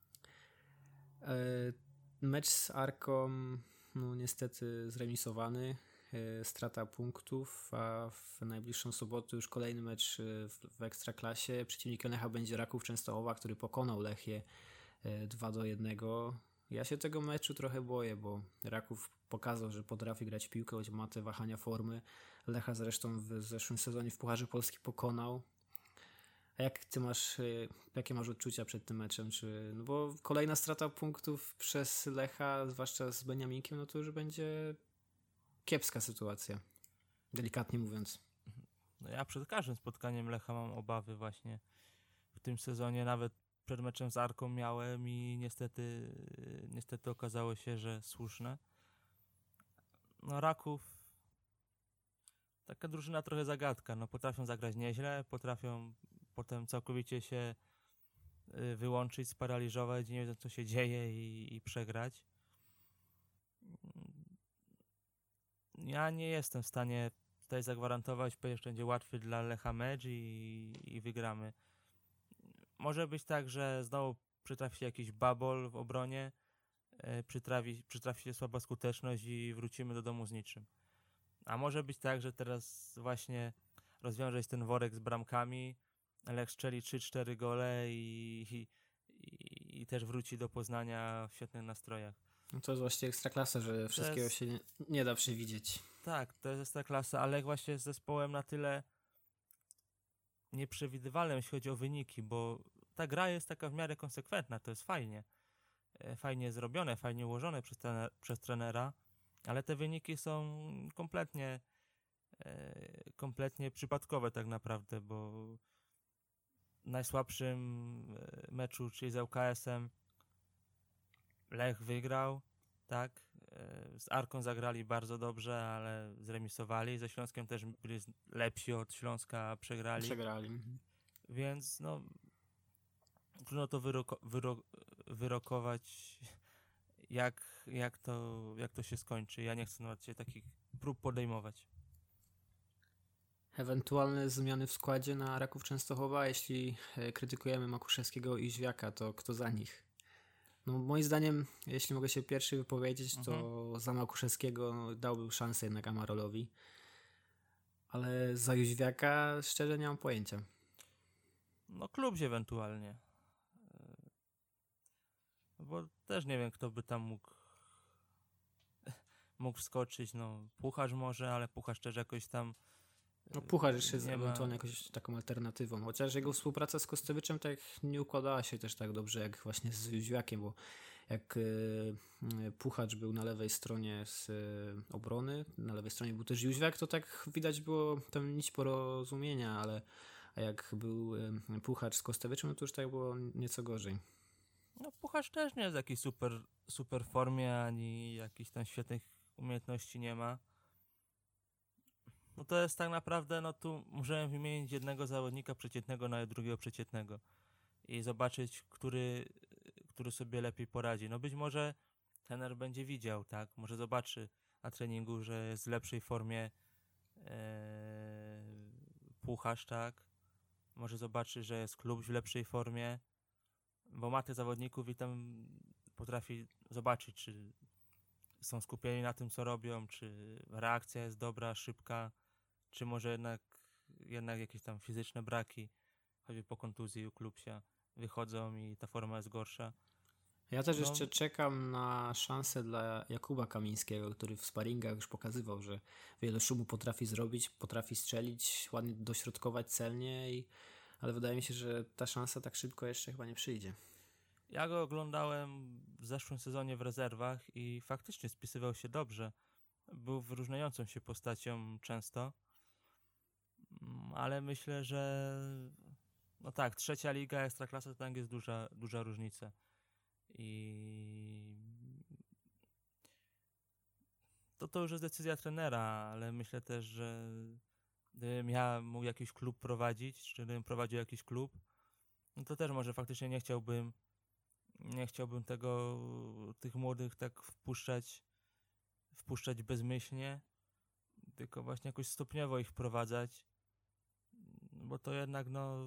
Mecz z Arką no niestety zremisowany, strata punktów, a w najbliższą sobotę już kolejny mecz w, w Ekstraklasie. Przeciwnikiem Lecha będzie Raków Częstochowa, który pokonał Lechię dwa do jednego. Ja się tego meczu trochę boję, bo Raków pokazał, że potrafi grać w piłkę, choć ma te wahania formy. Lecha zresztą w zeszłym sezonie w Pucharze Polski pokonał. A jak ty masz, jakie masz odczucia przed tym meczem? Czy, no bo kolejna strata punktów przez Lecha, zwłaszcza z Beniaminkiem, no to już będzie kiepska sytuacja, delikatnie mówiąc. No ja przed każdym spotkaniem Lecha mam obawy właśnie w tym sezonie, nawet przed meczem z Arką miałem i niestety, niestety okazało się, że słuszne. No Raków, taka drużyna trochę zagadka, no potrafią zagrać nieźle, potrafią potem całkowicie się wyłączyć, sparaliżować, nie wiedząc co się dzieje i, i przegrać. Ja nie jestem w stanie tutaj zagwarantować, że jeszcze będzie łatwy dla Lecha mecz i, i wygramy. Może być tak, że znowu przytrafi się jakiś babol w obronie, yy, przytrafi, przytrafi się słaba skuteczność i wrócimy do domu z niczym. A może być tak, że teraz właśnie rozwiąże się ten worek z bramkami, Lech strzeli trzy cztery gole i, i, i, i też wróci do Poznania w świetnych nastrojach. No to jest właśnie Ekstraklasa, że wszystkiego jest, się nie, nie da przewidzieć. Tak, to jest Ekstraklasa, ale właśnie jest zespołem na tyle nieprzewidywalnym, jeśli chodzi o wyniki, bo ta gra jest taka w miarę konsekwentna, to jest fajnie. Fajnie zrobione, fajnie ułożone przez, trener, przez trenera, ale te wyniki są kompletnie kompletnie przypadkowe tak naprawdę, bo w najsłabszym meczu, czyli z L K S-em, Lech wygrał, tak, z Arką zagrali bardzo dobrze, ale zremisowali, ze Śląskiem też byli lepsi od Śląska, przegrali. Przegrali. Więc no trudno to wyroko, wyro, wyrokować, jak, jak, to, jak to się skończy. Ja nie chcę nawet się takich prób podejmować. Ewentualne zmiany w składzie na Raków Częstochowa, jeśli krytykujemy Makuszewskiego i Jóźwiaka, to kto za nich? No moim zdaniem, jeśli mogę się pierwszy wypowiedzieć, to mhm. za Makuszewskiego no, dałbym szansę jednak Amarolowi, ale za Jóźwiaka szczerze nie mam pojęcia. No klub ewentualnie. Bo też nie wiem, kto by tam mógł mógł wskoczyć, no Pucharz może, ale Pucharz też jakoś tam no Pucharz jeszcze jest ewentualnie jakąś taką alternatywą, chociaż jego współpraca z Kostewiczem tak nie układała się też tak dobrze jak właśnie z Jóźwiakiem, bo jak y, Pucharz był na lewej stronie z y, obrony, na lewej stronie był też Jóźwiak, to tak widać było tam nić porozumienia, ale a jak był y, Pucharz z Kostewiczem, no to już tak było nieco gorzej. No Pucharz też nie jest w jakiejś super, super formie, ani jakichś tam świetnych umiejętności nie ma. No to jest tak naprawdę, no tu możemy wymienić jednego zawodnika przeciętnego na drugiego przeciętnego i zobaczyć, który, który sobie lepiej poradzi. No być może trener będzie widział, tak, może zobaczy na treningu, że jest w lepszej formie e, Pucharz, tak, może zobaczy, że jest klub w lepszej formie, bo ma tych zawodników i tam potrafi zobaczyć, czy są skupieni na tym, co robią, czy reakcja jest dobra, szybka, czy może jednak, jednak jakieś tam fizyczne braki, choćby po kontuzji u Klubsia, wychodzą i ta forma jest gorsza. Ja też No, jeszcze czekam na szansę dla Jakuba Kamińskiego, który w sparingach już pokazywał, że wiele szumu potrafi zrobić, potrafi strzelić, ładnie dośrodkować celnie, i, ale wydaje mi się, że ta szansa tak szybko jeszcze chyba nie przyjdzie. ja go oglądałem w zeszłym sezonie w rezerwach i faktycznie spisywał się dobrze. Był wyróżniającą się postacią często, Mm, ale myślę, że no tak, trzecia liga, Ekstraklasa, to tam jest duża, duża różnica. I to to już jest decyzja trenera, ale myślę też, że gdybym ja mógł jakiś klub prowadzić, czy gdybym prowadził jakiś klub, no to też może faktycznie nie chciałbym nie chciałbym tego, tych młodych tak wpuszczać wpuszczać bezmyślnie, tylko właśnie jakoś stopniowo ich wprowadzać, bo to jednak no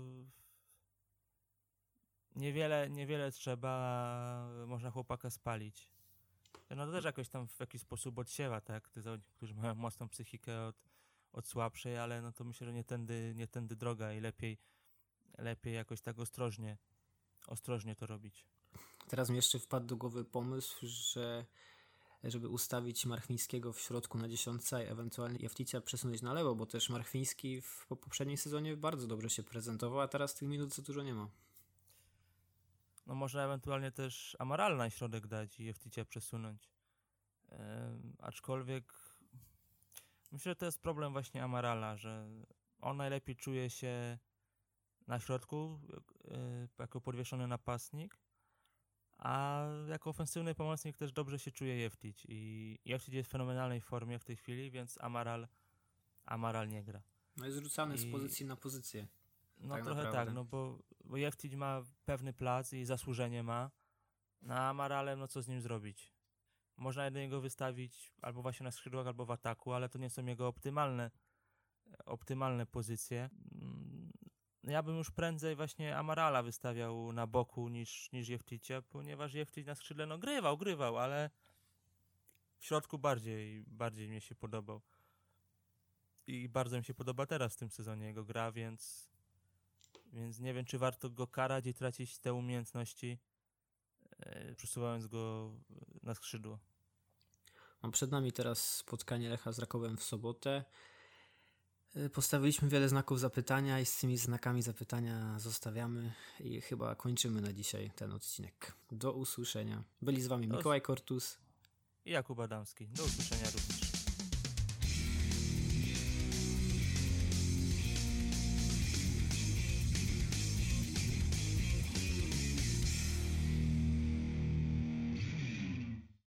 niewiele, niewiele trzeba, a można chłopaka spalić. No to też jakoś tam w jakiś sposób odsiewa, tak? Tych zawodników, którzy mają mocną psychikę od, od słabszej, ale no to myślę, że nie tędy, nie tędy droga i lepiej, lepiej jakoś tak ostrożnie, ostrożnie to robić. Teraz mi jeszcze wpadł do głowy pomysł, że żeby ustawić Marchwińskiego w środku na dziesiątce, a ewentualnie Jawticia przesunąć na lewo, bo też Marchwiński w poprzednim sezonie bardzo dobrze się prezentował, a teraz tych minut za dużo nie ma. No można ewentualnie też Amaral na środek dać i Jefticia przesunąć. Yy, aczkolwiek myślę, że to jest problem właśnie Amarala, że on najlepiej czuje się na środku yy, jako podwieszony napastnik, a jako ofensywny pomocnik też dobrze się czuje Jeftic i Jeftic jest w fenomenalnej formie w tej chwili, więc Amaral, Amaral nie gra. No jest rzucany I... z pozycji na pozycję. No tak trochę naprawdę. tak, no bo, bo Jeftic ma pewny plac i zasłużenie ma, no a Amaralem, no co z nim zrobić? Można jedynie go wystawić albo właśnie na skrzydłach, albo w ataku, ale to nie są jego optymalne optymalne pozycje. Ja bym już prędzej właśnie Amarala wystawiał na boku niż, niż Jefticia, ponieważ Jeftic na skrzydle no grywał, grywał, ale w środku bardziej, bardziej mi się podobał. I bardzo mi się podoba teraz w tym sezonie jego gra, więc, więc nie wiem, czy warto go karać i tracić te umiejętności, e, przesuwając go na skrzydło. No przed nami teraz spotkanie Lecha z Rakowem w sobotę. Postawiliśmy wiele znaków zapytania i z tymi znakami zapytania zostawiamy i chyba kończymy na dzisiaj ten odcinek. Do usłyszenia. Byli z wami Mikołaj Kortus i Jakub Adamski. Do usłyszenia również.